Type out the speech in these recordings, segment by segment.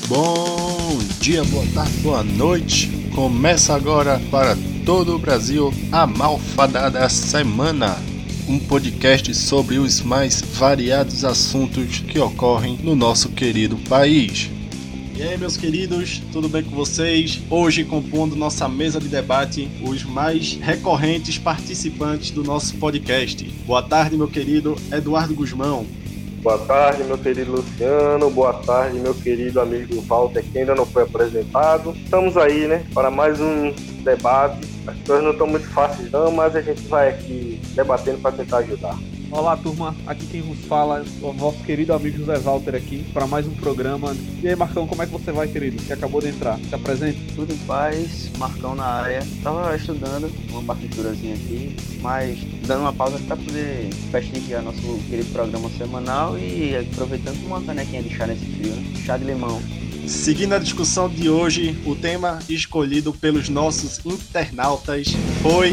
Bom dia, boa tarde, boa noite. Começa agora para todo o Brasil a Malfadada Semana, um podcast sobre os mais variados assuntos que ocorrem no nosso querido país. E aí, meus queridos, tudo bem com vocês? Hoje, compondo nossa mesa de debate, os mais recorrentes participantes do nosso podcast. Boa tarde, meu querido Eduardo Guzmão. Boa tarde, meu querido Luciano. Boa tarde, meu querido amigo Walter, que ainda não foi apresentado. Estamos aí, né, para mais um debate. As coisas não estão muito fáceis não, mas a gente vai aqui debatendo para tentar ajudar. Olá, turma. Aqui quem vos fala é o nosso querido amigo José Walter aqui para mais um programa. E aí, Marcão, como é que você vai, querido? Que acabou de entrar. Se apresente. Tudo em paz, Marcão na área. Tava estudando uma partiturazinha aqui, mas dando uma pausa para poder prestigiar nosso querido programa semanal e aproveitando uma canequinha de chá nesse frio, né? Chá de limão. Seguindo a discussão de hoje, o tema escolhido pelos nossos internautas foi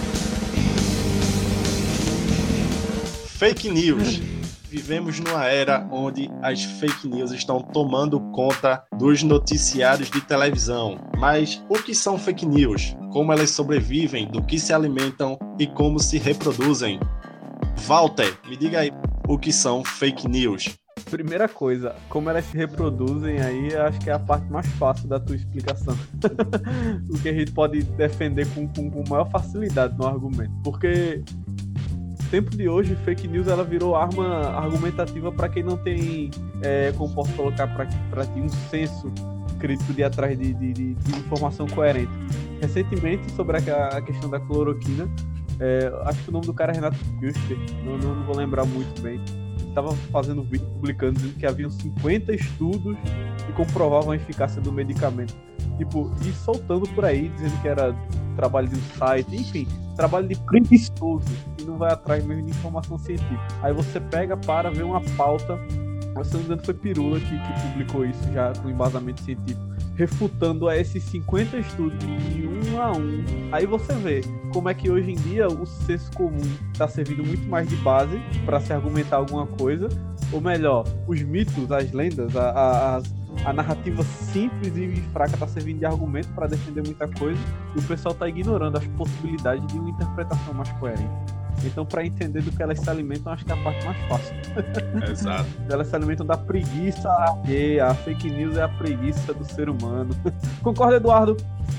Fake News. Vivemos numa era onde as fake news estão tomando conta dos noticiários de televisão. Mas o que são fake news? Como elas sobrevivem? Do que se alimentam? E como se reproduzem? Walter, me diga aí o que são fake news. Primeira coisa, como elas se reproduzem aí, acho que é a parte mais fácil da tua explicação. O que a gente pode defender com maior facilidade no argumento. Porque no tempo de hoje, fake news ela virou arma argumentativa para quem não tem, como posso colocar para ti, um senso crítico de ir atrás de informação coerente. Recentemente, sobre a questão da cloroquina, acho que o nome do cara é Renato Küster, não vou lembrar muito bem. Estava fazendo vídeo publicando dizendo que haviam 50 estudos que comprovavam a eficácia do medicamento. Tipo, e soltando por aí, dizendo que era trabalho de um site, enfim, trabalho de preguiçoso, que não vai atrás mesmo de informação científica. Aí você pega para ver uma pauta, se não me engano foi Pirula que publicou isso já com embasamento científico, refutando a esses 50 estudos de um a um. Aí você vê como é que hoje em dia o senso comum está servindo muito mais de base para se argumentar alguma coisa, ou melhor, os mitos, as lendas, a narrativa simples e fraca está servindo de argumento para defender muita coisa, e o pessoal está ignorando as possibilidades de uma interpretação mais coerente. Então, para entender do que elas se alimentam, acho que é a parte mais fácil. Exato. Elas se alimentam da preguiça alheia. A fake news é a preguiça do ser humano. Concorda, Eduardo?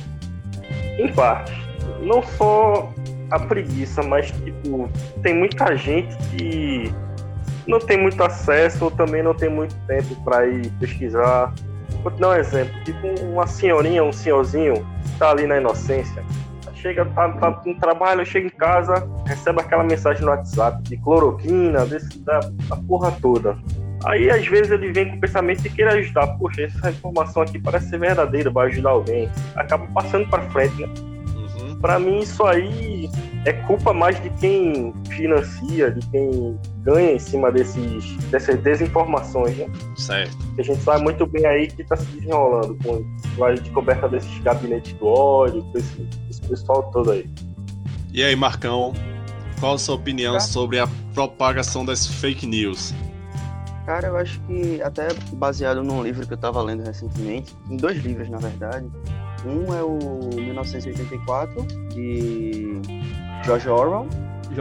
Em parte. Não só a preguiça, mas tipo, tem muita gente que não tem muito acesso ou também não tem muito tempo para ir pesquisar. Vou te dar um exemplo. Tipo, uma senhorinha, um senhorzinho, tá ali na inocência. Chega, tá no trabalho, chega em casa, recebe aquela mensagem no WhatsApp de cloroquina, da porra toda. Aí, às vezes, ele vem com o pensamento de querer ajudar. Poxa, essa informação aqui parece ser verdadeira, vai ajudar alguém. Acaba passando para frente, né? Pra mim, isso aí é culpa mais de quem financia, de quem ganha em cima dessas desinformações, né? Certo. A gente sabe muito bem aí que tá se desenrolando com a descoberta desses gabinetes do ódio, com esse pessoal todo aí. E aí, Marcão, qual a sua opinião sobre a propagação das fake news? Cara, eu acho que até baseado num livro que eu tava lendo recentemente, em 2 livros, na verdade. Um é o 1984, de George Orwell.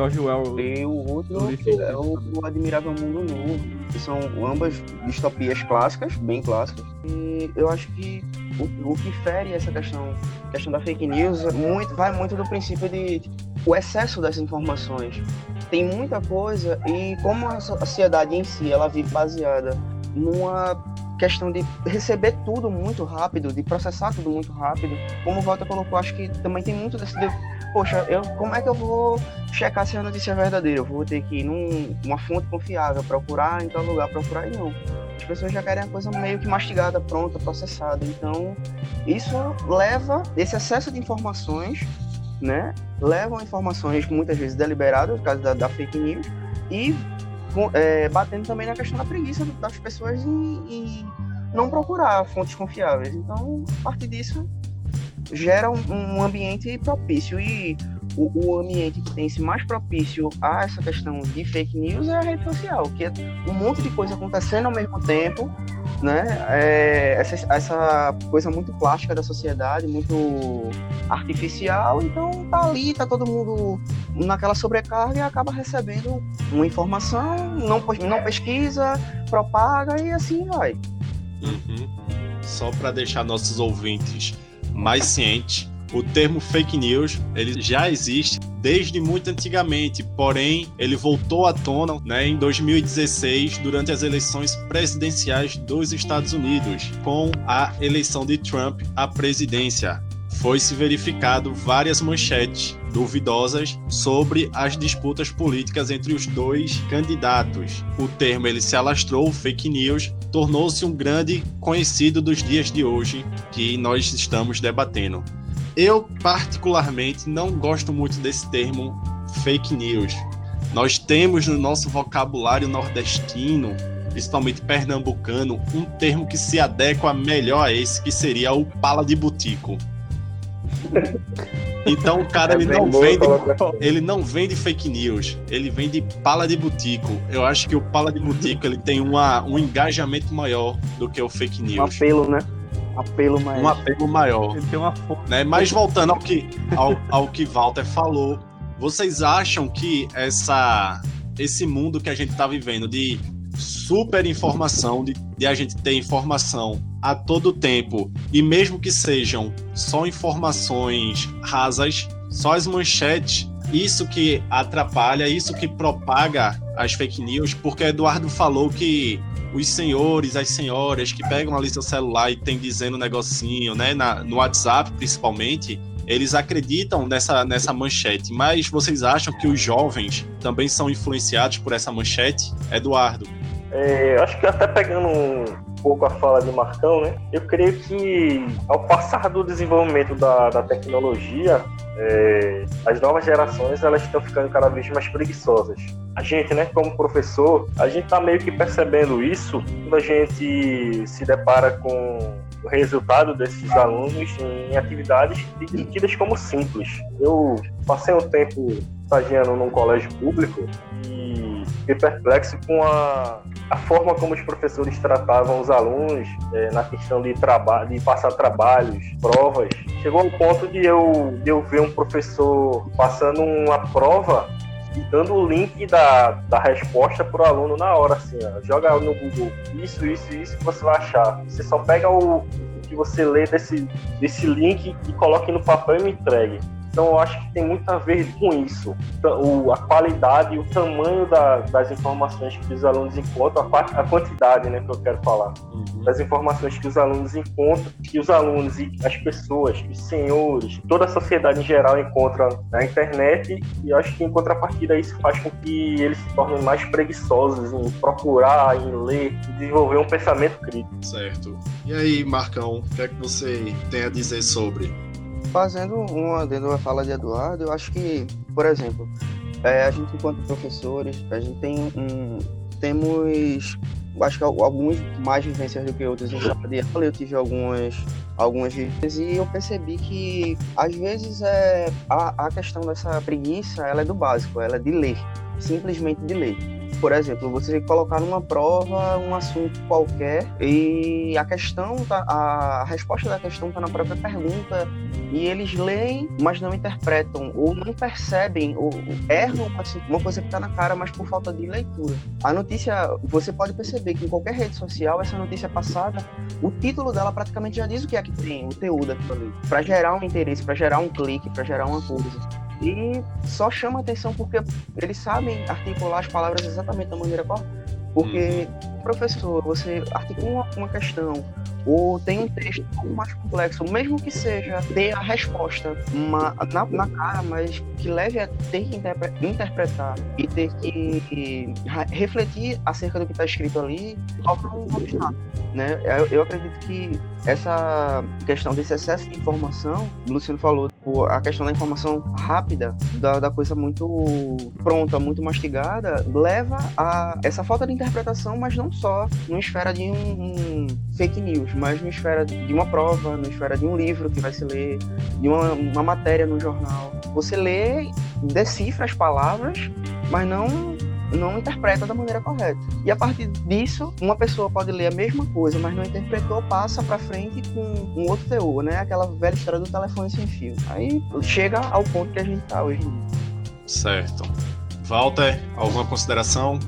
E o outro é o Admirável Mundo Novo, que são ambas distopias clássicas, bem clássicas. E eu acho que o que fere essa questão da fake news vai muito do princípio de o excesso dessas informações. Tem muita coisa, e como a sociedade em si ela vive baseada numa questão de receber tudo muito rápido, de processar tudo muito rápido, como o Walter colocou, acho que também tem muito desse... Poxa, como é que eu vou checar se a notícia é verdadeira? Eu vou ter que ir numa fonte confiável, procurar em tal lugar, procurar, e não. As pessoas já querem a coisa meio que mastigada, pronta, processada. Então, isso leva, esse excesso de informações, né, levam informações muitas vezes deliberadas, no caso da fake news, e batendo também na questão da preguiça das pessoas em não procurar fontes confiáveis. Então, a partir disso, gera um ambiente propício, e o ambiente que tem-se mais propício a essa questão de fake news é a rede social, que é um monte de coisa acontecendo ao mesmo tempo, né? Essa coisa muito plástica da sociedade, muito artificial, então tá ali, tá todo mundo naquela sobrecarga e acaba recebendo uma informação, não pesquisa, propaga e assim vai. Só para deixar nossos ouvintes mais cientes, o termo fake news ele já existe desde muito antigamente, porém ele voltou à tona, né, em 2016 durante as eleições presidenciais dos Estados Unidos, com a eleição de Trump à presidência. Foi-se verificado várias manchetes duvidosas sobre as disputas políticas entre os dois candidatos. O termo ele se alastrou, fake news, tornou-se um grande conhecido dos dias de hoje que nós estamos debatendo. Eu, particularmente, não gosto muito desse termo fake news. Nós temos no nosso vocabulário nordestino, principalmente pernambucano, um termo que se adequa melhor a esse, que seria o pala de butico. Então o cara ele não vende fake news, ele vende pala de butico. Eu acho que o pala de butico ele tem um engajamento maior do que o fake news. Um apelo, né? Um apelo maior. Ele tem uma força. Né? Mas voltando ao que Walter falou, vocês acham que esse mundo que a gente está vivendo de super informação, de a gente ter informação a todo tempo, e mesmo que sejam só informações rasas, só as manchetes, isso que atrapalha, isso que propaga as fake news, porque Eduardo falou que os senhores, as senhoras que pegam ali seu celular e tem dizendo um negocinho, né, no WhatsApp principalmente, eles acreditam nessa manchete, mas vocês acham que os jovens também são influenciados por essa manchete? Eduardo? Acho que até pegando um pouco a fala de Marcão, né? Eu creio que ao passar do desenvolvimento da tecnologia, as novas gerações elas estão ficando cada vez mais preguiçosas. A gente, né, como professor, a gente está meio que percebendo isso quando a gente se depara com o resultado desses alunos em atividades tidas como simples. Eu passei um tempo estagiando num colégio público e fiquei perplexo com a forma como os professores tratavam os alunos na questão de passar trabalhos, provas. Chegou ao ponto de eu ver um professor passando uma prova e dando o link da resposta para o aluno na hora, assim, ó, joga no Google isso que você vai achar. Você só pega o que você lê desse link e coloque no papel e me entregue. Então eu acho que tem muito a ver com isso, a qualidade e o tamanho das informações que os alunos encontram, a quantidade, né, que eu quero falar, das informações que os alunos encontram, que os alunos e as pessoas, os senhores, toda a sociedade em geral encontra na internet, e eu acho que em contrapartida isso faz com que eles se tornem mais preguiçosos em procurar, em ler, em desenvolver um pensamento crítico. Certo. E aí, Marcão, o que é que você tem a dizer sobre? Fazendo dentro da fala de Eduardo, eu acho que, por exemplo, a gente enquanto professores, a gente temos, acho que alguns mais vivências do que outros em sala de aula. Eu tive algumas vivências e eu percebi que às vezes a questão dessa preguiça, ela é do básico, ela é de ler, simplesmente de ler. Por exemplo, você colocar numa prova um assunto qualquer e a resposta da questão está na própria pergunta e eles leem, mas não interpretam ou não percebem ou erram assim, uma coisa que está na cara, mas por falta de leitura. A notícia, você pode perceber que em qualquer rede social, essa notícia passada, o título dela praticamente já diz o que é que tem, o teor daquilo ali, para gerar um interesse, para gerar um clique, para gerar uma coisa. E só chama atenção porque eles sabem articular as palavras exatamente da maneira correta. Porque, professor, você articula uma questão ou tem um texto um pouco mais complexo, mesmo que seja ter a resposta na cara, mas que leve a ter que interpretar e ter que refletir acerca do que está escrito ali, falta um obstáculo, né? Eu acredito que essa questão desse excesso de informação, o Luciano falou, a questão da informação rápida, da coisa muito pronta, muito mastigada, leva a essa falta de interpretação, mas não só na esfera de um fake news, mas na esfera de uma prova, na esfera de um livro que vai se ler, de uma matéria no jornal. Você lê, decifra as palavras, mas não não interpreta da maneira correta. E a partir disso, uma pessoa pode ler a mesma coisa, mas não interpretou, passa pra frente com um outro teor, né? Aquela velha história do telefone sem fio. Aí chega ao ponto que a gente tá hoje em dia. Certo. Walter, alguma consideração?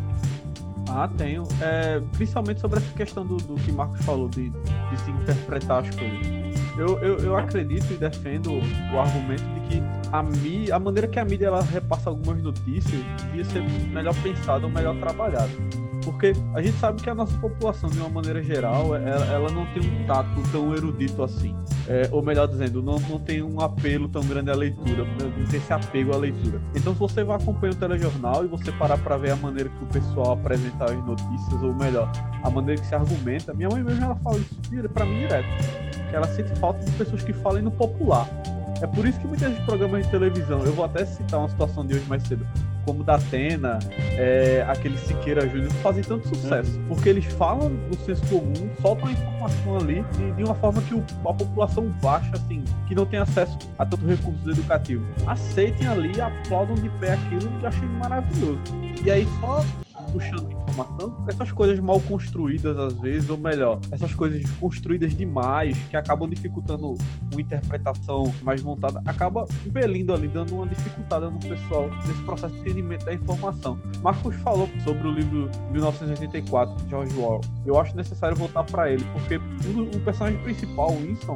Tenho. Principalmente sobre essa questão do que Marcos falou, de se interpretar as coisas. Eu acredito e defendo o argumento de que a maneira que a mídia ela repassa algumas notícias devia ser melhor pensada ou melhor trabalhada. Porque a gente sabe que a nossa população, de uma maneira geral, ela não tem um tato tão erudito assim. Ou melhor dizendo, não tem um apelo tão grande à leitura, não tem esse apego à leitura. Então, se você vai acompanhar o telejornal e você parar para ver a maneira que o pessoal apresenta as notícias, ou melhor, a maneira que se argumenta, minha mãe mesmo ela fala isso para mim direto, que ela sente falta de pessoas que falem no popular. É por isso que muitos programas de televisão, eu vou até citar uma situação de hoje mais cedo, como da Atena, aquele Siqueira Júnior, fazem tanto sucesso, porque eles falam do senso comum, soltam a informação ali de uma forma que a população baixa, assim, que não tem acesso a tantos recursos educativos, aceitem ali, aplaudam de pé aquilo que eu achei maravilhoso. E aí só puxando informação, essas coisas mal construídas às vezes, ou melhor, essas coisas construídas demais, que acabam dificultando uma interpretação mais montada, acaba impelindo ali, dando uma dificultada no pessoal nesse processo de entendimento da informação. Marcos falou sobre o livro 1984, de George Orwell. Eu acho necessário voltar para ele, porque o personagem principal, Winston,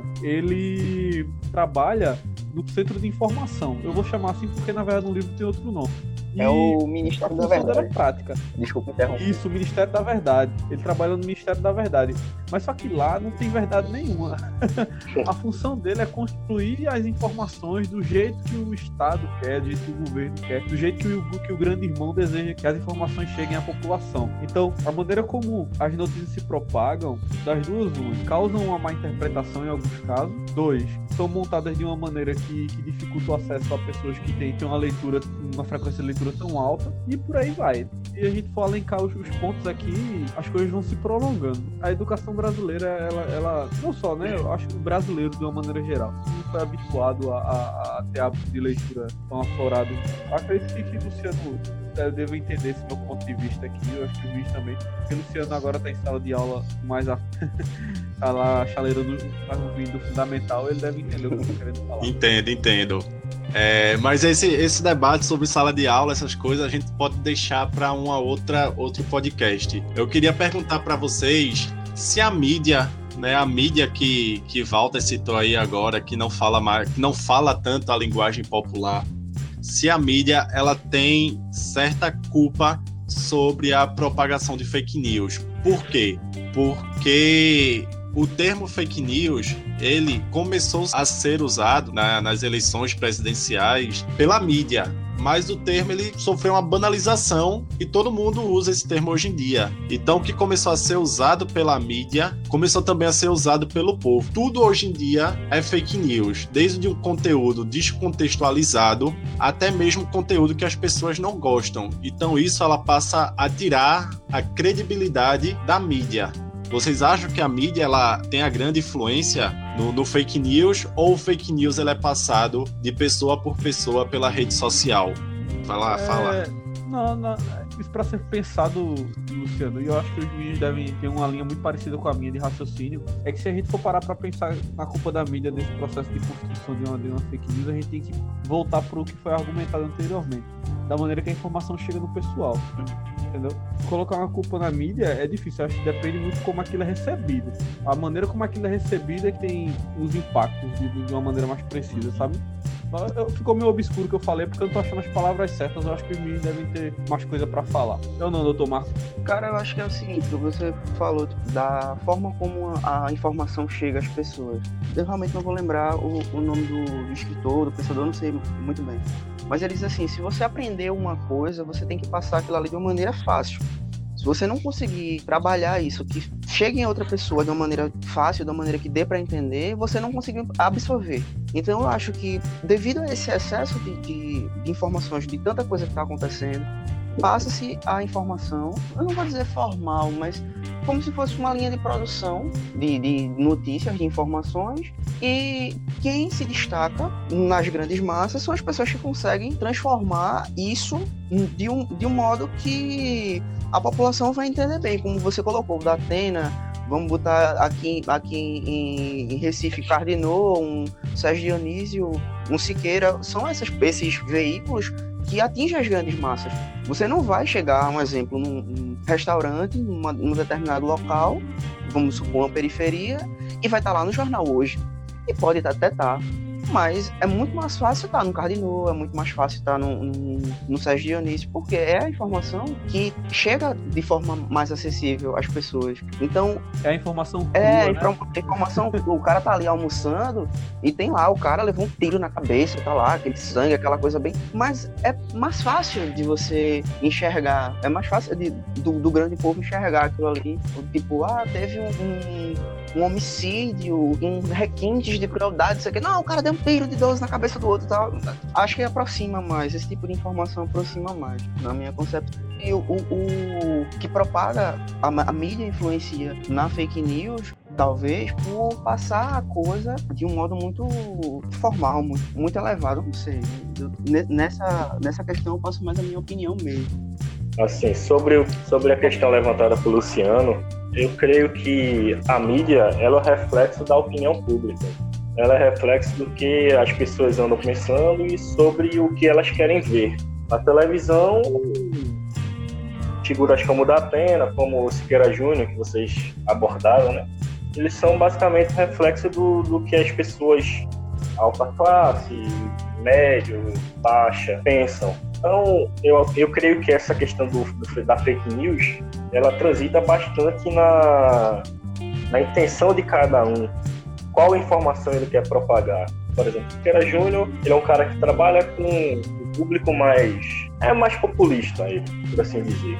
ele trabalha no centro de informação. Eu vou chamar assim porque, na verdade, no livro tem outro nome. É o Ministério da Verdade. Era prática. Desculpa interromper. Isso, o Ministério da Verdade. Ele trabalha no Ministério da Verdade. Mas só que lá não tem verdade nenhuma. A função dele é construir as informações do jeito que o Estado quer, do jeito que o governo quer, do jeito que o grande irmão deseja que as informações cheguem à população. Então, a maneira como as notícias se propagam, das duas, causam uma má interpretação em alguns casos. 2, são montadas de uma maneira que dificulta o acesso a pessoas que têm uma frequência de leitura tão alta, e por aí vai. Se a gente for alencar os pontos aqui, as coisas vão se prolongando. A educação brasileira, ela não só, né? Eu acho que o brasileiro, de uma maneira geral, não foi habituado a ter hábito de leitura tão aflorado. Eu acredito que o Luciano deve entender esse meu ponto de vista aqui, eu acho que o Luiz também, porque o Luciano agora tá em sala de aula mais tá lá chaleirando do fundamental, ele deve entender o que eu tô querendo falar. Entendo. Mas esse debate sobre sala de aula, essas coisas, a gente pode deixar para outro podcast. Eu queria perguntar para vocês se a mídia, né, a mídia que Walter citou aí agora, que não fala tanto a linguagem popular, se a mídia ela tem certa culpa sobre a propagação de fake news. Por quê? Porque o termo fake news, ele começou a ser usado nas eleições presidenciais pela mídia, mas o termo ele sofreu uma banalização e todo mundo usa esse termo hoje em dia. Então, o que começou a ser usado pela mídia, começou também a ser usado pelo povo. Tudo hoje em dia é fake news, desde um conteúdo descontextualizado até mesmo conteúdo que as pessoas não gostam. Então, isso ela passa a tirar a credibilidade da mídia. Vocês acham que a mídia ela tem a grande influência no fake news, ou o fake news ele é passado de pessoa por pessoa pela rede social? Vai lá, fala. Não, isso para ser pensado, Luciano, e eu acho que os meninos devem ter uma linha muito parecida com a minha de raciocínio, é que se a gente for parar para pensar na culpa da mídia nesse processo de construção de uma fake news, a gente tem que voltar para o que foi argumentado anteriormente, da maneira que a informação chega no pessoal, entendeu? Colocar uma culpa na mídia é difícil, eu acho que depende muito de como aquilo é recebido. A maneira como aquilo é recebido é que tem os impactos de uma maneira mais precisa, sabe? Ficou meio obscuro o que eu falei, porque eu não tô achando as palavras certas. Eu acho que os meninos devem ter mais coisa pra falar. Eu não, doutor Marcos. Cara, eu acho que é o seguinte, você falou da forma como a informação chega às pessoas. Eu realmente não vou lembrar o nome do escritor, do pensador, não sei muito bem. Mas ele diz assim, se você aprender uma coisa, você tem que passar aquilo ali de uma maneira fácil. Se você não conseguir trabalhar isso, que chegue em outra pessoa de uma maneira fácil, de uma maneira que dê para entender, você não conseguiu absorver. Então eu acho que, devido a esse excesso de informações, de tanta coisa que está acontecendo, passa-se a informação, eu não vou dizer formal, mas como se fosse uma linha de produção de notícias, de informações, e quem se destaca nas grandes massas são as pessoas que conseguem transformar isso de um modo que a população vai entender bem, como você colocou, o da Atena, vamos botar aqui em Recife, Cardinô, um Sérgio Dionísio, um Siqueira, são esses veículos que atingem as grandes massas. Você não vai chegar, um exemplo, num restaurante, num determinado local, vamos supor uma periferia, e vai estar lá no jornal hoje. E pode até estar, mas é muito mais fácil estar no Cardinô, é muito mais fácil estar no Sérgio Dionísio, porque é a informação que chega de forma mais acessível às pessoas. Então, é a informação crua, né? Informação, o cara tá ali almoçando e tem lá, o cara levou um tiro na cabeça, tá lá, aquele sangue, aquela coisa bem... Mas é mais fácil de você enxergar, é mais fácil do grande povo enxergar aquilo ali. Tipo, teve um homicídio, requintes de crueldade, isso aqui. Não, o cara deu um tiro de 12 na cabeça do outro e tal. Acho que aproxima mais, esse tipo de informação aproxima mais, na minha concepção. E o que propaga, a mídia influencia na fake news, talvez por passar a coisa de um modo muito formal, muito elevado, não sei. Nessa questão eu passo mais a minha opinião mesmo. Assim, sobre a questão levantada por Luciano, eu creio que a mídia, ela é reflexo da opinião pública. Ela é reflexo do que as pessoas andam pensando e sobre o que elas querem ver. A televisão, figuras como o da Atena, como o Siqueira Júnior, que vocês abordaram, né? Eles são basicamente reflexo do que as pessoas alta classe, médio, baixa, pensam. Então, eu creio que essa questão da fake news, ela transita bastante na intenção de cada um. Qual informação ele quer propagar? Por exemplo, o Siqueira Júnior, ele é um cara que trabalha com o público mais populista, por assim dizer.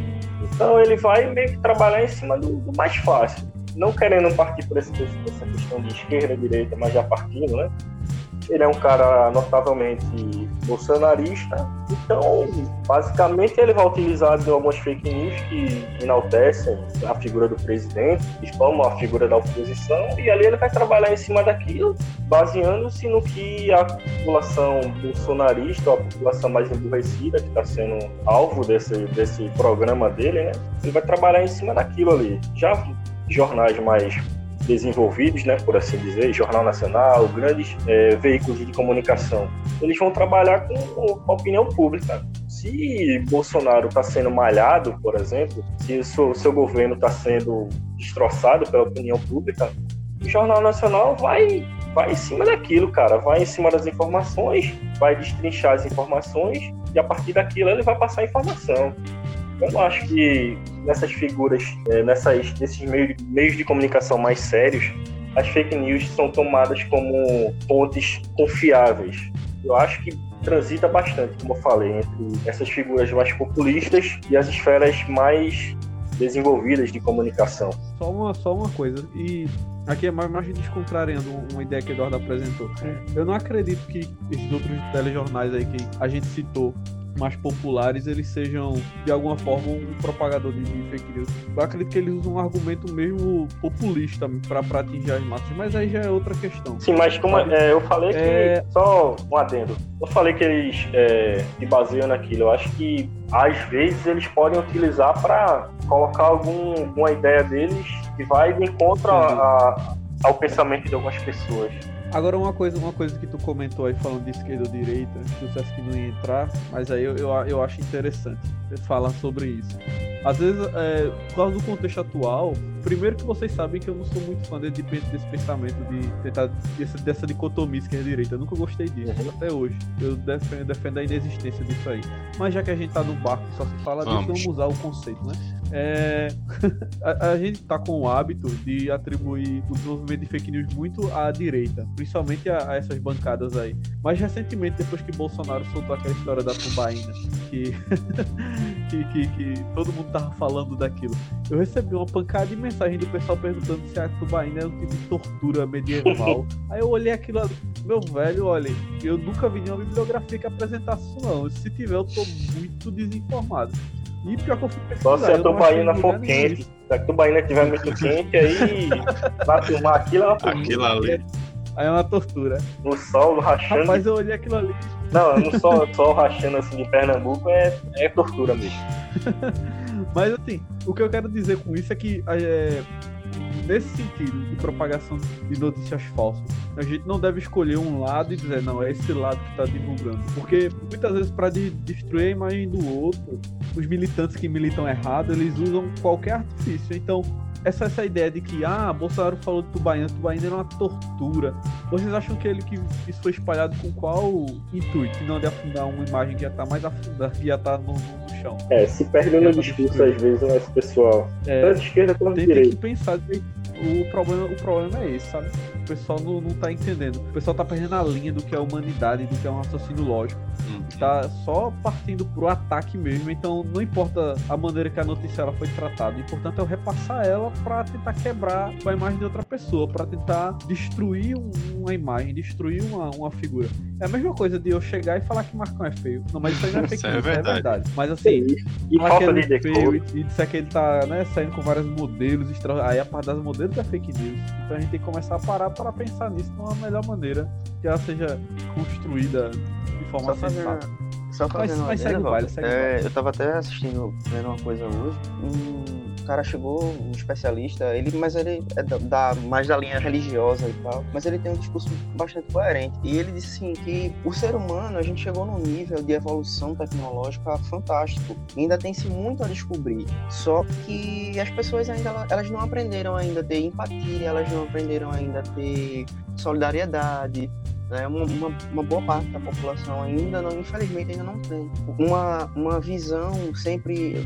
Então, ele vai meio que trabalhar em cima do mais fácil. Não querendo partir por essa questão de esquerda, direita, mas já partindo, né? Ele é um cara notavelmente bolsonarista, então, basicamente, ele vai utilizar de algumas fake news que enaltecem a figura do presidente, expõem a figura da oposição, e ali ele vai trabalhar em cima daquilo, baseando-se no que a população bolsonarista, ou a população mais emburrecida, que está sendo alvo desse programa dele, né? Ele vai trabalhar em cima daquilo ali. Já jornais mais desenvolvidos, né, por assim dizer, Jornal Nacional, grandes veículos de comunicação, eles vão trabalhar com a opinião pública. Se Bolsonaro está sendo malhado, por exemplo, se o seu governo está sendo destroçado pela opinião pública, o Jornal Nacional vai em cima daquilo, cara, vai em cima das informações, vai destrinchar as informações e a partir daquilo ele vai passar a informação. Eu não acho que nessas figuras, nesses meios de comunicação mais sérios, as fake news são tomadas como fontes confiáveis. Eu acho que transita bastante, como eu falei, entre essas figuras mais populistas e as esferas mais desenvolvidas de comunicação. Só uma coisa, e aqui é mais descontrariando uma ideia que o Eduardo apresentou. Eu não acredito que esses outros telejornais aí que a gente citou, mais populares, eles sejam de alguma forma um propagador de fake news. Eu acredito que eles usam um argumento mesmo populista para atingir as massas, mas aí já é outra questão. Sim, mas como eu falei que... Só um adendo. Eu falei que eles se baseiam naquilo. Eu acho que às vezes eles podem utilizar para colocar alguma ideia deles que vai de encontro ao pensamento de algumas pessoas. Agora uma coisa que tu comentou aí falando de esquerda ou direita, que tu disseste que não ia entrar, mas aí eu acho interessante falar sobre isso. Às vezes, por causa do contexto atual, primeiro que vocês sabem que eu não sou muito fã desse pensamento de tentar dessa dicotomia esquerda-direita. Eu nunca gostei disso, até hoje. Eu defendo a inexistência disso aí. Mas já que a gente tá no barco e só se fala disso, vamos usar o conceito, né? A gente tá com o hábito de atribuir o desenvolvimento de fake news muito à direita, principalmente a essas bancadas aí. Mas recentemente, depois que Bolsonaro soltou aquela história da tubaína, que todo mundo tava falando daquilo, eu recebi uma pancada de mensagem do pessoal perguntando se a tubaína é um tipo de tortura medieval. Aí eu olhei aquilo, Meu velho, olha, eu nunca vi nenhuma bibliografia que apresentasse isso, não. Se tiver, eu tô muito desinformado. E pior que eu fui pesquisar. Só se a tubaína for quente. Se a tubaína estiver muito quente, aí pra filmar aquilo é uma tortura. Aquilo ali. Aí é uma tortura. No sol, rachando. Rapaz, eu olhei aquilo ali. Não, no sol rachando assim de Pernambuco é tortura mesmo. Mas assim, o que eu quero dizer com isso é que nesse sentido de propagação de notícias falsas, a gente não deve escolher um lado e dizer, não, é esse lado que está divulgando. Porque muitas vezes, para destruir a imagem do outro, os militantes que militam errado, eles usam qualquer artifício. Então, essa ideia de que, Bolsonaro falou de Tubaína era uma tortura. Vocês acham que isso foi espalhado com qual intuito? Não de afundar uma imagem que já está mais afundada, que já está no chão. Se perde no discurso às vezes, né, esse pessoal. Tanto de esquerda quanto de direita. Tem que pensar que o problema é esse, sabe? O pessoal não tá entendendo. O pessoal tá perdendo a linha do que é humanidade, do que é um raciocínio lógico. Tá só partindo pro ataque mesmo. Então não importa a maneira que a notícia ela foi tratada. O importante é eu repassar ela pra tentar quebrar a imagem de outra pessoa, pra tentar destruir uma imagem, destruir uma figura. É a mesma coisa de eu chegar e falar que Marcão é feio. Não, mas isso aí não é fake news, é verdade. Mas assim, e falta de feio e disser que ele tá, né, saindo com vários modelos, aí a parte das modelos é fake news. Então a gente tem que começar a parar para pensar nisso de uma melhor maneira, que ela seja construída de forma sensata. Só fazendo mas segue o baile. Eu tava até vendo uma coisa hoje. Um cara chegou, um especialista, mas ele é mais da linha religiosa e tal, mas ele tem um discurso bastante coerente. E ele disse assim que o ser humano, a gente chegou num nível de evolução tecnológica fantástico. E ainda tem-se muito a descobrir. Só que as pessoas ainda, elas não aprenderam ainda a ter empatia, elas não aprenderam ainda a ter solidariedade. Uma boa parte da população infelizmente ainda não tem uma visão sempre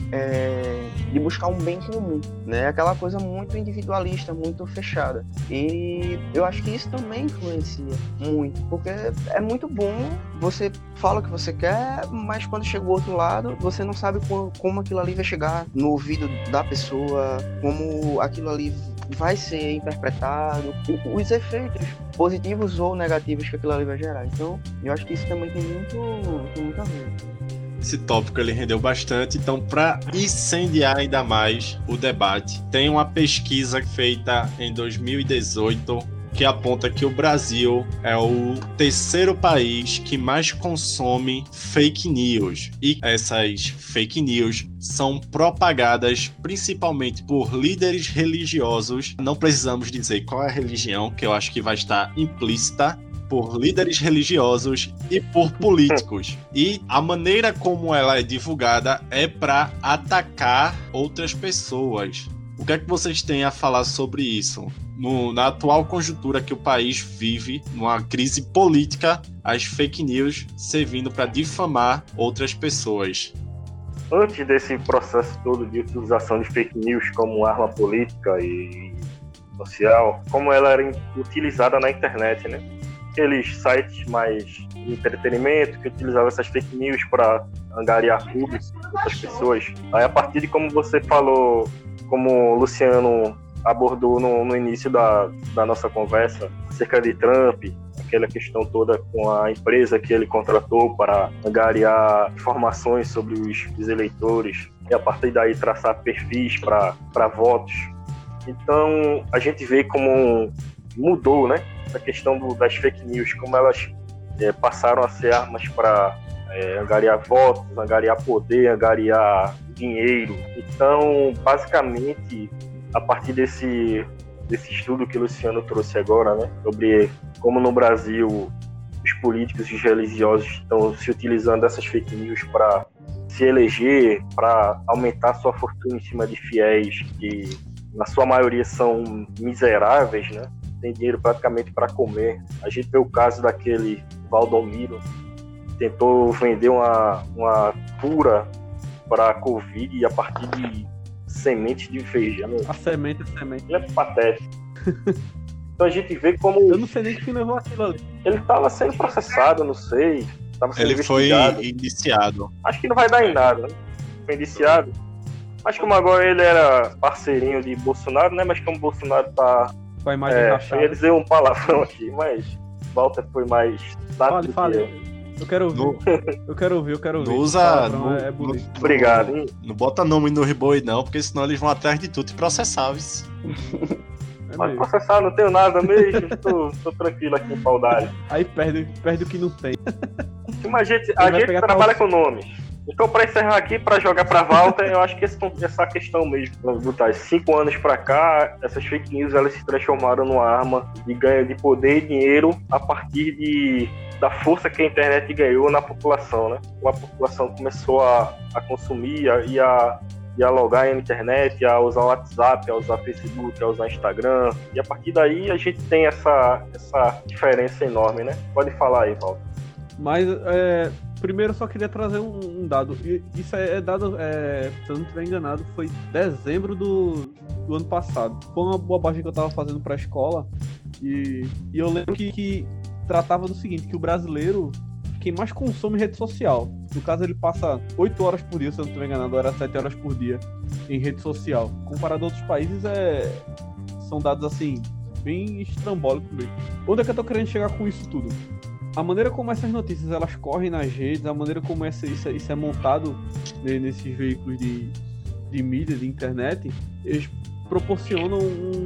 de buscar um bem comum, né? Aquela coisa muito individualista, muito fechada. E eu acho que isso também influencia muito, porque é muito bom, você fala o que você quer, mas quando chega o outro lado, você não sabe como aquilo ali vai chegar no ouvido da pessoa, como aquilo ali vai ser interpretado, os efeitos positivos ou negativos que aquilo ali vai gerar. Então, eu acho que isso também tem muito a ver. Esse tópico ele rendeu bastante, então para incendiar ainda mais o debate, tem uma pesquisa feita em 2018 que aponta que o Brasil é o terceiro país que mais consome fake news. E essas fake news são propagadas principalmente por líderes religiosos. Não precisamos dizer qual é a religião, que eu acho que vai estar implícita. Por líderes religiosos e por políticos. E a maneira como ela é divulgada é para atacar outras pessoas. O que é que vocês têm a falar sobre isso? Na atual conjuntura que o país vive, numa crise política, as fake news servindo para difamar outras pessoas. Antes desse processo todo de utilização de fake news como arma política e social, como ela era utilizada na internet, né? Aqueles sites mais de entretenimento que utilizavam essas fake news para angariar público de outras pessoas. Aí, a partir de como você falou, como o Luciano abordou no início da nossa conversa acerca de Trump, aquela questão toda com a empresa que ele contratou para angariar informações sobre os eleitores e a partir daí traçar perfis para votos. Então a gente vê como mudou, né, essa questão das fake news, como elas passaram a ser armas para angariar votos, angariar poder, angariar dinheiro. Então, basicamente, a partir desse estudo que o Luciano trouxe agora, né, sobre como no Brasil os políticos e os religiosos estão se utilizando dessas fake news para se eleger, para aumentar sua fortuna em cima de fiéis que, na sua maioria, são miseráveis, né? Tem dinheiro praticamente para comer. A gente vê o caso daquele Valdomiro, que tentou vender uma cura para a Covid e a partir de sementes de feijão. A semente. Ele é patético. Então a gente vê como... Eu não sei nem que levou aquilo ali. Ele estava sendo processado, não sei. Ele foi indiciado. Acho que não vai dar em nada, né? Foi indiciado. Mas como agora ele era parceirinho de Bolsonaro, né? Mas como Bolsonaro tá... Com a imagem rachada. Eu ia dizer um palavrão aqui, mas Walter foi mais Fale. Eu quero ouvir. Não usa. É bonito. Obrigado, hein? Não bota nome no Riboi, não, porque senão eles vão atrás de tudo e processáveis. Pode processar, não tenho nada mesmo, tô tranquilo aqui em Paudalho. Aí perde o que não tem. Mas a gente trabalha com nomes. Então, para encerrar aqui, para jogar para Walter, eu acho que essa questão mesmo, vamos botar 5 anos para cá, essas fake news elas se transformaram numa arma de ganho de poder e dinheiro a partir da força que a internet ganhou na população, né? A população começou a consumir e a logar na internet, a usar o WhatsApp, a usar o Facebook, a usar o Instagram, e a partir daí a gente tem essa diferença enorme, né? Pode falar aí, Walter. Mas, primeiro eu só queria trazer um dado. Isso é dado, se eu não estiver enganado, foi dezembro do ano passado. Foi uma bobagem que eu tava fazendo pra escola. E eu lembro que tratava do seguinte, que o brasileiro, quem mais consome rede social. No caso, ele passa 8 horas por dia, se eu não estiver enganado, era 7 horas por dia em rede social. Comparado a outros países, são dados, assim, bem estrambólicos mesmo. Onde é que eu tô querendo chegar com isso tudo? A maneira como essas notícias elas correm nas redes, a maneira como isso é montado nesses veículos de mídia, de internet, eles proporcionam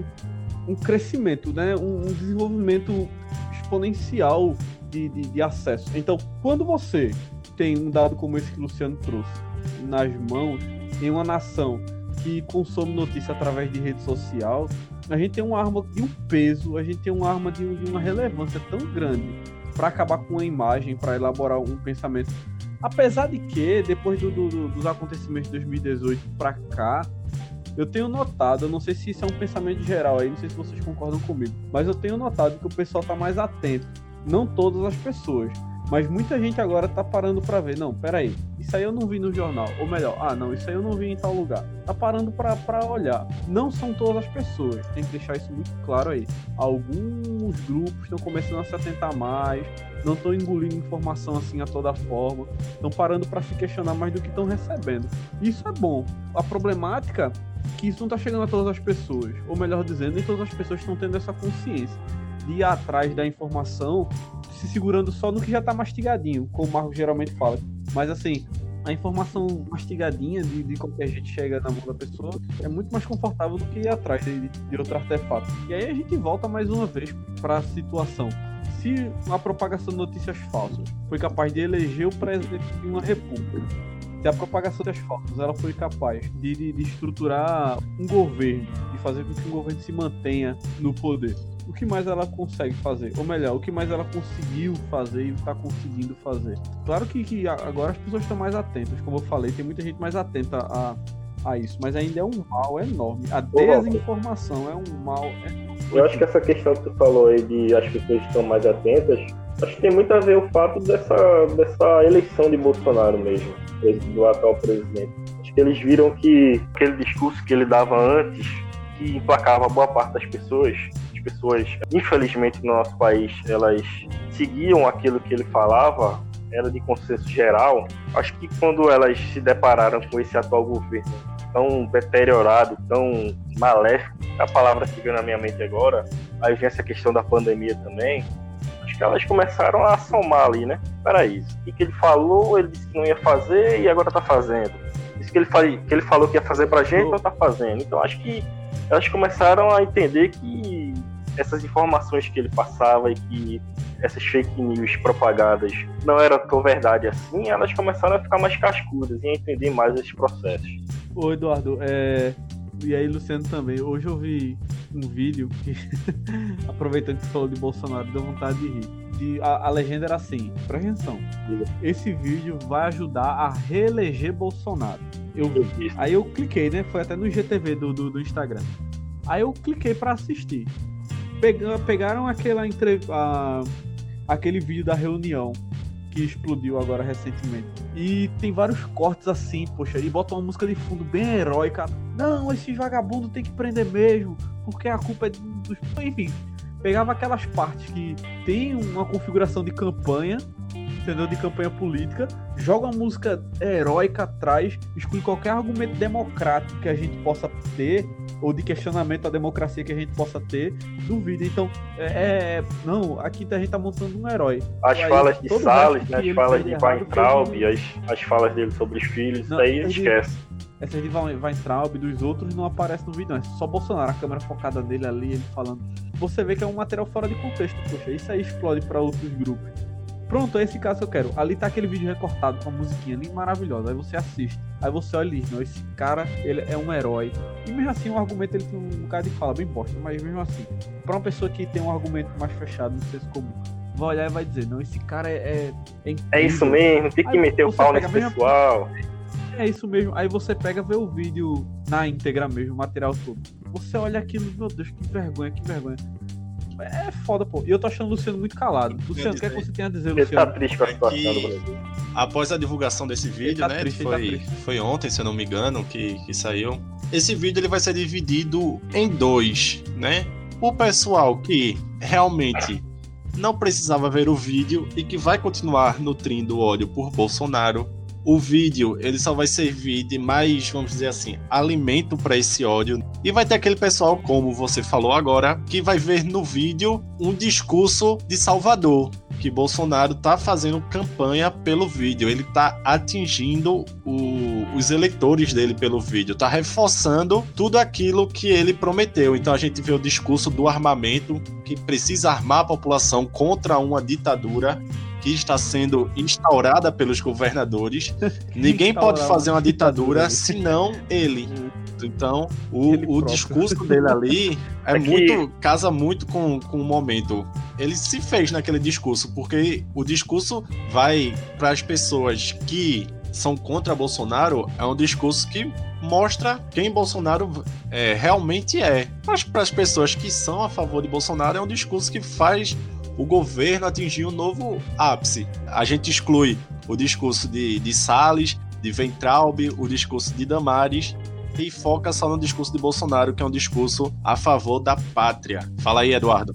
um crescimento, né? um desenvolvimento exponencial de acesso. Então, quando você tem um dado como esse que o Luciano trouxe nas mãos, em uma nação que consome notícia através de rede social, a gente tem uma arma de um peso, a gente tem uma arma de uma relevância tão grande para acabar com uma imagem, para elaborar um pensamento. Apesar de que, depois dos acontecimentos de 2018 para cá, eu tenho notado, eu não sei se isso é um pensamento geral aí, não sei se vocês concordam comigo, mas eu tenho notado que o pessoal está mais atento. Não todas as pessoas, mas muita gente agora tá parando pra ver. Não, peraí, isso aí eu não vi no jornal. Ou melhor, não, isso aí eu não vi em tal lugar. Tá parando pra olhar. Não são todas as pessoas, tem que deixar isso muito claro aí. Alguns grupos estão começando a se atentar mais, não estão engolindo informação assim a toda forma, estão parando pra se questionar mais do que estão recebendo. Isso é bom. A problemática é que isso não tá chegando a todas as pessoas. Ou melhor dizendo, nem todas as pessoas estão tendo essa consciência de ir atrás da informação, se segurando só no que já tá mastigadinho, como o Marcos geralmente fala. Mas assim, a informação mastigadinha de qualquer jeito chega na mão da pessoa é muito mais confortável do que ir atrás de outro artefato. E aí a gente volta mais uma vez para a situação. Se a propagação de notícias falsas foi capaz de eleger o presidente de uma república, se a propagação das falsas ela foi capaz de estruturar um governo, de fazer com que o governo se mantenha no poder, o que mais ela consegue fazer? Ou melhor, o que mais ela conseguiu fazer e está conseguindo fazer? Claro que agora as pessoas estão mais atentas, como eu falei, tem muita gente mais atenta a isso, mas ainda é um mal enorme. A desinformação é um mal enorme. Eu acho que essa questão que tu falou aí de as pessoas estão mais atentas, acho que tem muito a ver o fato dessa eleição de Bolsonaro mesmo, do atual presidente. Acho que eles viram que aquele discurso que ele dava antes, que emplacava boa parte das pessoas, infelizmente no nosso país, elas seguiam aquilo que ele falava, era de consenso geral. Acho que quando elas se depararam com esse atual governo tão deteriorado, tão maléfico, a palavra que veio na minha mente agora, aí vem essa questão da pandemia também, acho que elas começaram a somar ali, né? Peraí, o que ele falou, ele disse que não ia fazer e agora tá fazendo. Isso que ele falou que ia fazer pra gente, não tá fazendo. Então acho que elas começaram a entender que essas informações que ele passava e que essas fake news propagadas não eram tão verdade assim, elas começaram a ficar mais cascudas e a entender mais esses processos. Ô Eduardo, e aí Luciano também, hoje eu vi um vídeo que, aproveitando que você falou de Bolsonaro, deu vontade de rir. A legenda era assim, presta atenção, esse vídeo vai ajudar a reeleger Bolsonaro. Aí eu cliquei, né, foi até no IGTV do Instagram. Aí eu cliquei pra assistir. Pegaram aquele vídeo da reunião que explodiu agora recentemente. E tem vários cortes assim, poxa, e botam uma música de fundo bem heróica. Não, esses vagabundos tem que prender mesmo, porque a culpa é dos... Enfim, pegava aquelas partes que tem uma configuração de campanha, entendeu? De campanha política, joga uma música heróica atrás, exclui qualquer argumento democrático que a gente possa ter, ou de questionamento à democracia que a gente possa ter, do vídeo. Então, não, aqui a gente tá montando um herói. As Aí, falas de todo Salles, resto né, que as ele falas fez de de errado Weintraub, foi as falas dele sobre os filhos, Não, isso aí ele- esquece. Essas de Weintraub e dos outros não aparecem no vídeo, não. É só Bolsonaro, a câmera focada nele ali, ele falando. Você vê que é um material fora de contexto, poxa. Isso aí explode pra outros grupos. Pronto, é esse caso que eu quero. Ali tá aquele vídeo recortado com a musiquinha ali maravilhosa. Aí você assiste. Aí você olha e diz, não, esse cara, ele é um herói. E mesmo assim, o argumento, ele tem um bocado de fala bem bosta. Mas mesmo assim, pra uma pessoa que tem um argumento mais fechado, no senso comum, vai olhar e vai dizer, não, esse cara é incrível. É isso mesmo, tem que Aí meter o você pau pega nesse a mesma- pessoal. É isso mesmo. Aí você pega, vê o vídeo na íntegra mesmo, o material todo. Você olha aquilo, meu Deus, que vergonha, que vergonha. É foda, pô. E eu tô achando o Luciano muito calado. Luciano, o que é que você tem a dizer, Ele tá Luciano? triste com a É situação que- do Brasil. Após a divulgação desse vídeo, tá né? triste, foi, ele tá triste. foi ontem, se eu não me engano, que saiu. Esse vídeo ele vai ser dividido em dois, né? O pessoal que realmente não precisava ver o vídeo e que vai continuar nutrindo ódio por Bolsonaro. O vídeo ele só vai servir de mais, vamos dizer assim, alimento para esse ódio. E vai ter aquele pessoal, como você falou agora, que vai ver no vídeo um discurso de Salvador, que Bolsonaro tá fazendo campanha pelo vídeo. Ele tá atingindo os eleitores dele pelo vídeo, tá reforçando tudo aquilo que ele prometeu. Então a gente vê o discurso do armamento, que precisa armar a população contra uma ditadura que está sendo instaurada pelos governadores. Ninguém pode fazer uma ditadura senão ele. Então, Ele o próprio. discurso dele ali É que- muito, casa muito com o momento. Ele se fez naquele discurso, porque o discurso vai para as pessoas que são contra Bolsonaro, é um discurso que mostra quem Bolsonaro realmente é. Mas para as pessoas que são a favor de Bolsonaro, é um discurso que faz o governo atingir um novo ápice. A gente exclui o discurso de Salles, de Weintraub, o discurso de Damares, e foca só no discurso de Bolsonaro, que é um discurso a favor da pátria. Fala aí, Eduardo.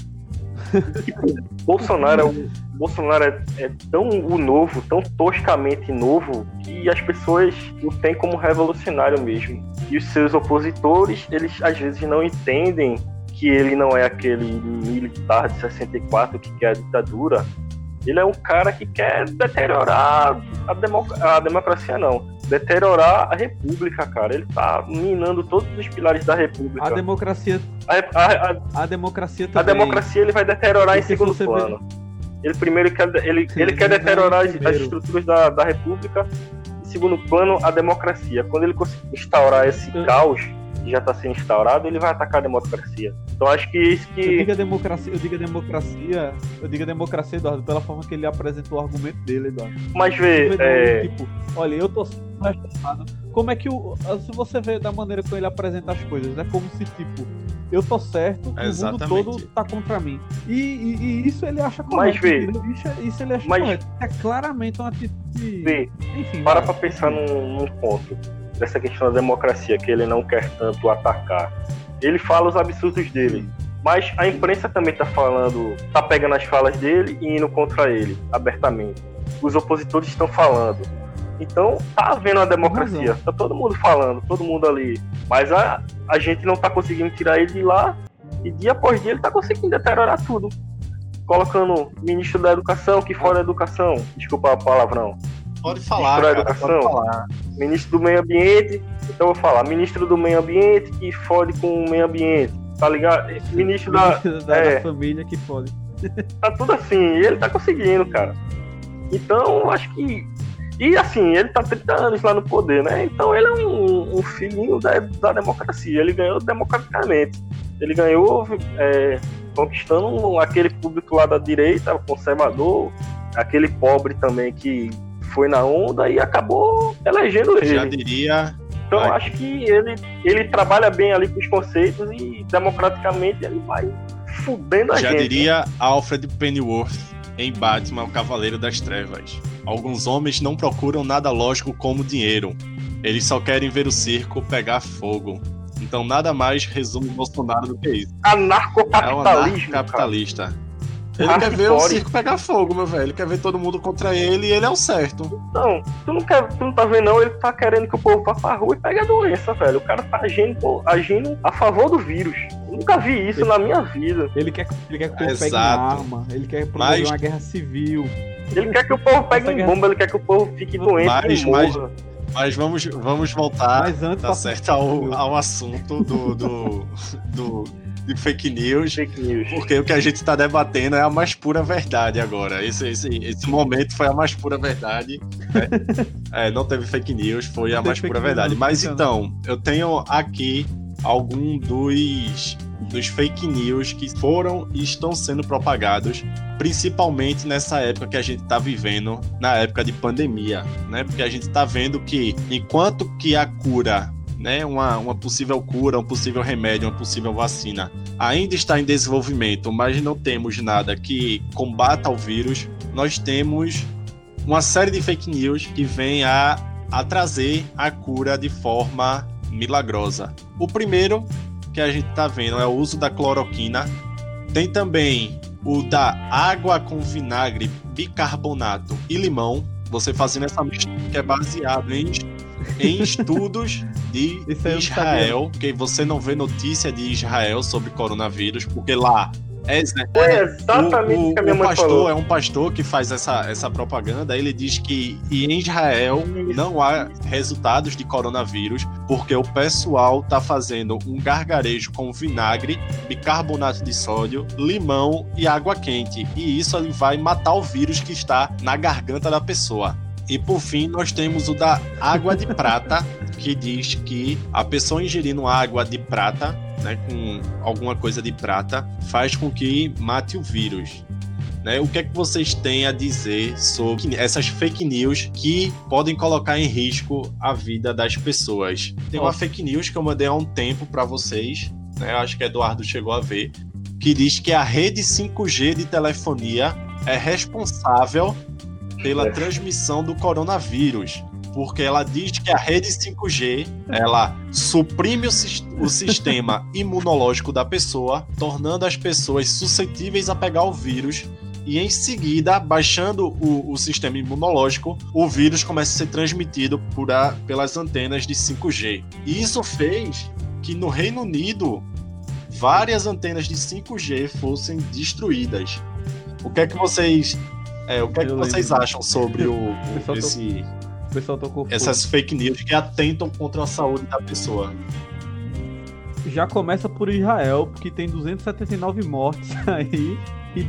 Bolsonaro é tão o novo, tão toscamente novo, que as pessoas o têm como revolucionário mesmo. E os seus opositores, eles às vezes não entendem que ele não é aquele militar de 64 que quer a ditadura. Ele é um cara que quer deteriorar a democracia, não. Deteriorar a república, cara. Ele tá minando todos os pilares da república. A democracia A também. democracia ele vai deteriorar em Porque segundo você plano. Ele primeiro quer, ele quer não, deteriorar as primeiro. estruturas da república. Em segundo plano, a democracia. Quando ele conseguir instaurar esse caos que já está sendo instaurado, ele vai atacar a democracia. Então acho que isso Eu que... digo a democracia, Eduardo, pela forma que ele apresentou o argumento dele, Eduardo. Mas Você vê, vê, tipo, olha, eu tô rechaçado. Como é que se você vê da maneira como ele apresenta as coisas, é como se, tipo, eu tô certo, o mundo Exatamente. todo tá contra mim. E isso ele acha Mas correto. vê. Entendeu? Isso ele acha Mas- correto. É claramente uma atitude. vê, Enfim, para vai. pra pensar num ponto dessa questão da democracia, que ele não quer tanto atacar. Ele fala os absurdos dele, mas a imprensa também tá falando, tá pegando as falas dele e indo contra ele, abertamente. Os opositores estão falando. Então, tá havendo a democracia, tá todo mundo falando, todo mundo ali. Mas a gente não tá conseguindo tirar ele de lá, e dia após dia ele tá conseguindo deteriorar tudo. Colocando ministro da educação, que fora da educação, desculpa a palavrão. Pode falar, Ministro da cara, pode Educação. falar. Ministro do Meio Ambiente, então eu vou falar, ministro do Meio Ambiente que fode com o meio ambiente, tá ligado? Ministro da... da família que pode. Tá tudo assim, e ele tá conseguindo, cara. Então, eu acho que... E assim, ele tá 30 anos lá no poder, né? Então ele é um filhinho da democracia, ele ganhou democraticamente. Ele ganhou conquistando aquele público lá da direita, conservador, aquele pobre também que foi na onda e acabou elegendo ele. Já diria... Então eu acho que ele trabalha bem ali com os conceitos e democraticamente ele vai fudendo a Já gente. diria Alfred Pennyworth em Batman, o Cavaleiro das Trevas. Alguns homens não procuram nada lógico como dinheiro. Eles só querem ver o circo pegar fogo. Então nada mais resume Bolsonaro do que isso. É um Anarcocapitalismo, cara. anarcocapitalista. Ele quer ver o hardcore. circo pegar fogo, meu velho. Ele quer ver todo mundo contra ele e ele é o certo. Não, tu não tá vendo, não. Ele tá querendo que o povo vá pra rua e pegue a doença, velho. O cara tá agindo a favor do vírus. Eu nunca vi isso na minha vida. Ele quer que o povo pegue Exato. arma, ele quer promover uma guerra civil. Ele quer que o povo pegue em bomba, ele quer que o povo fique doente e morra. Mas vamos voltar, Mas antes, tá certo, ao assunto de fake news. Fake news. Porque o que a gente tá debatendo é a mais pura verdade agora. Esse momento foi a mais pura verdade. Né? Não teve fake news, foi a mais pura verdade. Mas então, eu tenho aqui algum dos fake news que foram e estão sendo propagados, principalmente nessa época que a gente está vivendo, na época de pandemia, né? Porque a gente está vendo que enquanto que a cura, né, uma possível cura, um possível remédio, uma possível vacina ainda está em desenvolvimento, mas não temos nada que combata o vírus, nós temos uma série de fake news que vem a trazer a cura de forma milagrosa. O primeiro que a gente tá vendo é o uso da cloroquina. Tem também o da água com vinagre, bicarbonato e limão. Você fazendo essa mistura que é baseado em estudos de Israel, porque você não vê notícia de Israel sobre coronavírus, porque lá exatamente o que a minha mãe falou. É um pastor que faz essa propaganda. Ele diz que em Israel não há resultados de coronavírus porque o pessoal tá fazendo um gargarejo com vinagre, bicarbonato de sódio, limão e água quente, e isso ele vai matar o vírus que está na garganta da pessoa. E por fim nós temos o da água de prata, que diz que a pessoa ingerindo água de prata, né, com alguma coisa de prata, faz com que mate o vírus. Né? O que é que vocês têm a dizer sobre essas fake news que podem colocar em risco a vida das pessoas? Tem uma fake news que eu mandei há um tempo para vocês, né? Eu acho que Eduardo chegou a ver, que diz que a rede 5G de telefonia é responsável pela transmissão do coronavírus. Porque ela diz que a rede 5G, ela suprime o sistema imunológico da pessoa, tornando as pessoas suscetíveis a pegar o vírus, e em seguida, baixando o sistema imunológico, o vírus começa a ser transmitido pelas antenas de 5G. E isso fez que no Reino Unido, várias antenas de 5G fossem destruídas. O que é que vocês acham sobre essas fake news que atentam contra a saúde da pessoa? Já começa por Israel, porque tem 279 mortes aí e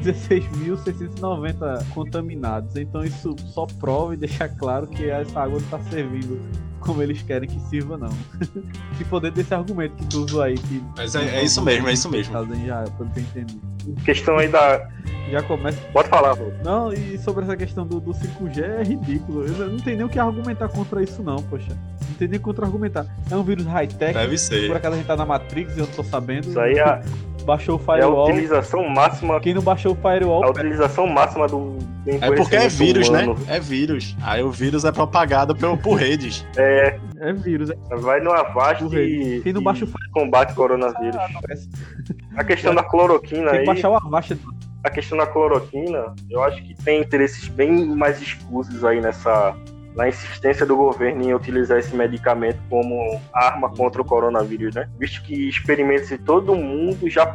16.690 contaminados. Então isso só prova e deixa claro que essa água não está servindo como eles querem que sirva, não. Se for dentro desse argumento que tu usou aí. Mas é isso mesmo, é isso mesmo. Em Israel, pra eu ter entendido. Questão aí da... Já começa... Pode falar, Rô. Não, e sobre essa questão do 5G é ridículo. Eu não tenho nem o que argumentar contra isso, não, poxa. Não tem nem contra-argumentar. É um vírus high-tech. Deve ser. Por acaso a gente tá na Matrix e eu não tô sabendo. Isso aí baixou o firewall. É a utilização máxima. Quem não baixou o firewall... A utilização máxima do É porque é vírus, humano. né? É vírus. Aí o vírus é propagado por redes. É vírus. Vai no Avast e quem não baixa o firewall... combate coronavírus. A questão da cloroquina tem aí... que baixar o Avast. A questão da cloroquina, eu acho que tem interesses bem mais escusos aí na insistência do governo em utilizar esse medicamento como arma contra o coronavírus, né? Visto que experimentos em todo o mundo já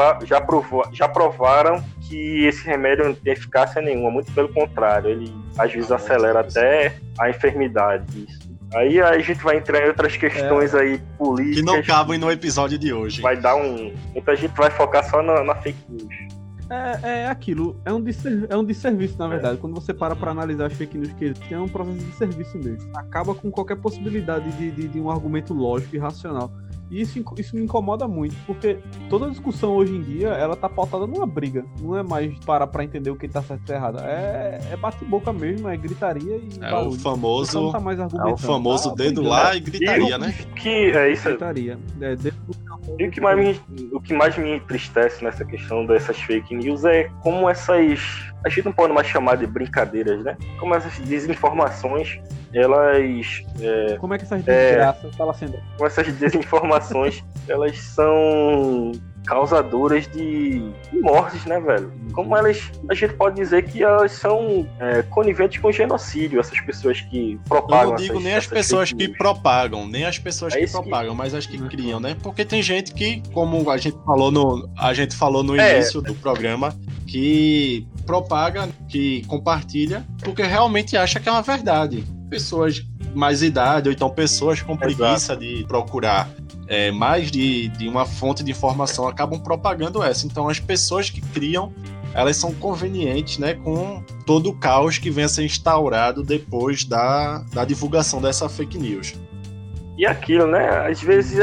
provaram que esse remédio não tem eficácia nenhuma, muito pelo contrário, ele às vezes acelera até a enfermidade. Aí a gente vai entrar em outras questões aí políticas. Que não cabem no episódio de hoje. Vai dar muita gente vai focar só na fake news. É aquilo, é um desserviço, na verdade. Quando você para analisar as fake news que existem, é um processo de serviço mesmo. Acaba com qualquer possibilidade de um argumento lógico e racional. E isso me incomoda muito, porque toda discussão hoje em dia, ela tá pautada numa briga. Não é mais parar pra entender o que tá certo e errado. É bate-boca mesmo, é gritaria e barulho. O tá mais argumentando. Dedo lá e gritaria, né? Que é isso. Gritaria. E o que mais me entristece nessa questão dessas fake news é como essas... A gente não pode mais chamar de brincadeiras, né? Como essas desinformações, elas... Como é que essas desgraças estão sendo? Como essas desinformações, elas são causadoras de mortes, né, velho? Como a gente pode dizer que elas são coniventes com genocídio, essas pessoas que propagam. Eu não digo nem as pessoas que propagam, nem as pessoas que propagam, mas as que criam, né? Porque tem gente que, como a gente falou no início do programa, que propaga, que compartilha, porque realmente acha que é uma verdade. Pessoas mais idade, ou então pessoas com preguiça de procurar mais de uma fonte de informação acabam propagando essa. Então as pessoas que criam, elas são convenientes, né, com todo o caos que vem a ser instaurado depois da divulgação dessa fake news. E aquilo, né, às vezes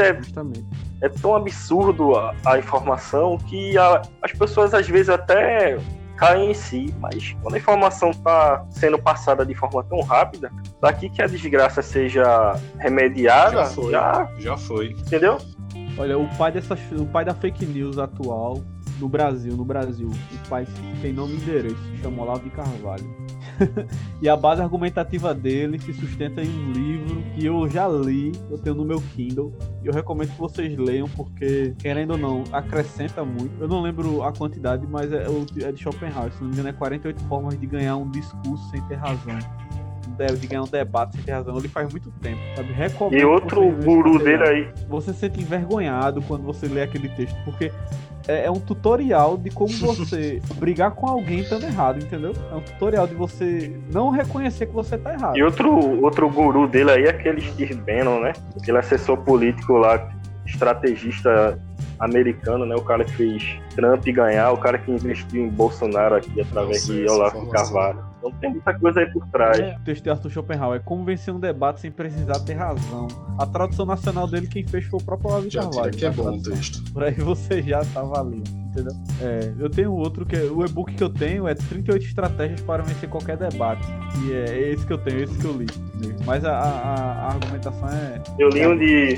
é tão absurdo a informação que as pessoas às vezes até caem em si, mas quando a informação está sendo passada de forma tão rápida, daqui que a desgraça seja remediada, já foi. Entendeu? Olha, o pai da fake news atual no Brasil, o pai tem nome e endereço, se chama Olavo de Carvalho. E a base argumentativa dele se sustenta em um livro que eu já li, eu tenho no meu Kindle, e eu recomendo que vocês leiam, porque, querendo ou não, acrescenta muito. Eu não lembro a quantidade, mas é de Schopenhauer, se não me engano, é 48 formas de ganhar um discurso sem ter razão. De ganhar um debate sem ter razão. Ele faz muito tempo, sabe? Recomendo. E outro guru dele aí. Você se sente envergonhado quando você lê aquele texto, porque é um tutorial de como você brigar com alguém estando errado, entendeu? É um tutorial de você não reconhecer que você tá errado. E outro guru dele aí é aquele Steve Bannon, né? Aquele assessor político lá, estrategista americano, né? O cara que fez Trump ganhar, o cara que investiu em Bolsonaro aqui através de Olavo de Carvalho. Então tem muita coisa aí por trás. O texto de Arthur Schopenhauer é como vencer um debate sem precisar ter razão. A tradução nacional dele, quem fez foi o próprio Olavo de Carvalho. Que é bom o texto. Por aí você já tá valendo, entendeu? Eu tenho outro, que o e-book que eu tenho é 38 estratégias para vencer qualquer debate. E é esse que eu tenho, esse que eu li. Mas a argumentação é... Eu li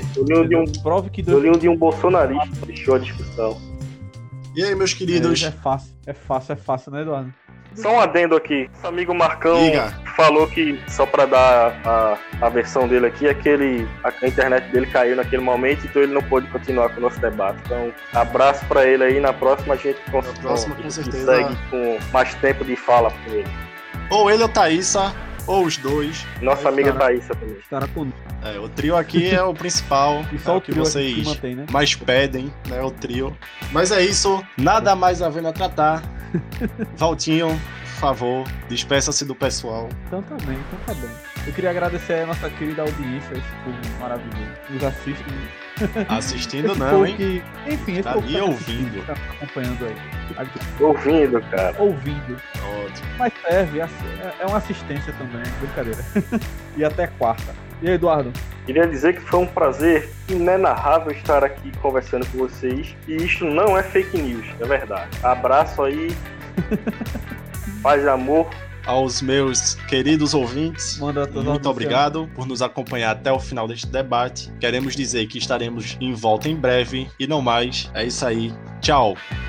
um de um bolsonarista, deixou a discussão. E aí, meus queridos? É fácil, né, Eduardo? Só um adendo aqui. Nosso amigo Marcão falou que, só pra dar a versão dele aqui, a internet dele caiu naquele momento, então ele não pôde continuar com o nosso debate. Então, abraço pra ele aí. Na próxima a gente com certeza segue com mais tempo de fala com ele. Ou ele ou Thaísa, ou os dois. Nossa amiga Thaísa também. Estará com... o trio aqui é o principal. E só o que trio vocês que mantém, né? mais pedem, né? O trio. Mas é isso. Nada mais havendo a tratar. Valtinho, por favor, despeça-se do pessoal. Então tá bem. Eu queria agradecer a nossa querida audiência, esse povo maravilhoso. Nos assistem. Assistindo não, hein? Que, enfim, tá ali ouvindo. Tá acompanhando aí. Ouvindo, cara. Ouvindo. Ótimo. Mas serve, é uma assistência também, brincadeira. E até quarta. E aí, Eduardo? Queria dizer que foi um prazer inenarrável estar aqui conversando com vocês. E isto não é fake news, é verdade. Abraço aí. Paz e amor. Aos meus queridos ouvintes, muito obrigado por nos acompanhar até o final deste debate. Queremos dizer que estaremos em volta em breve. E não mais, é isso aí. Tchau.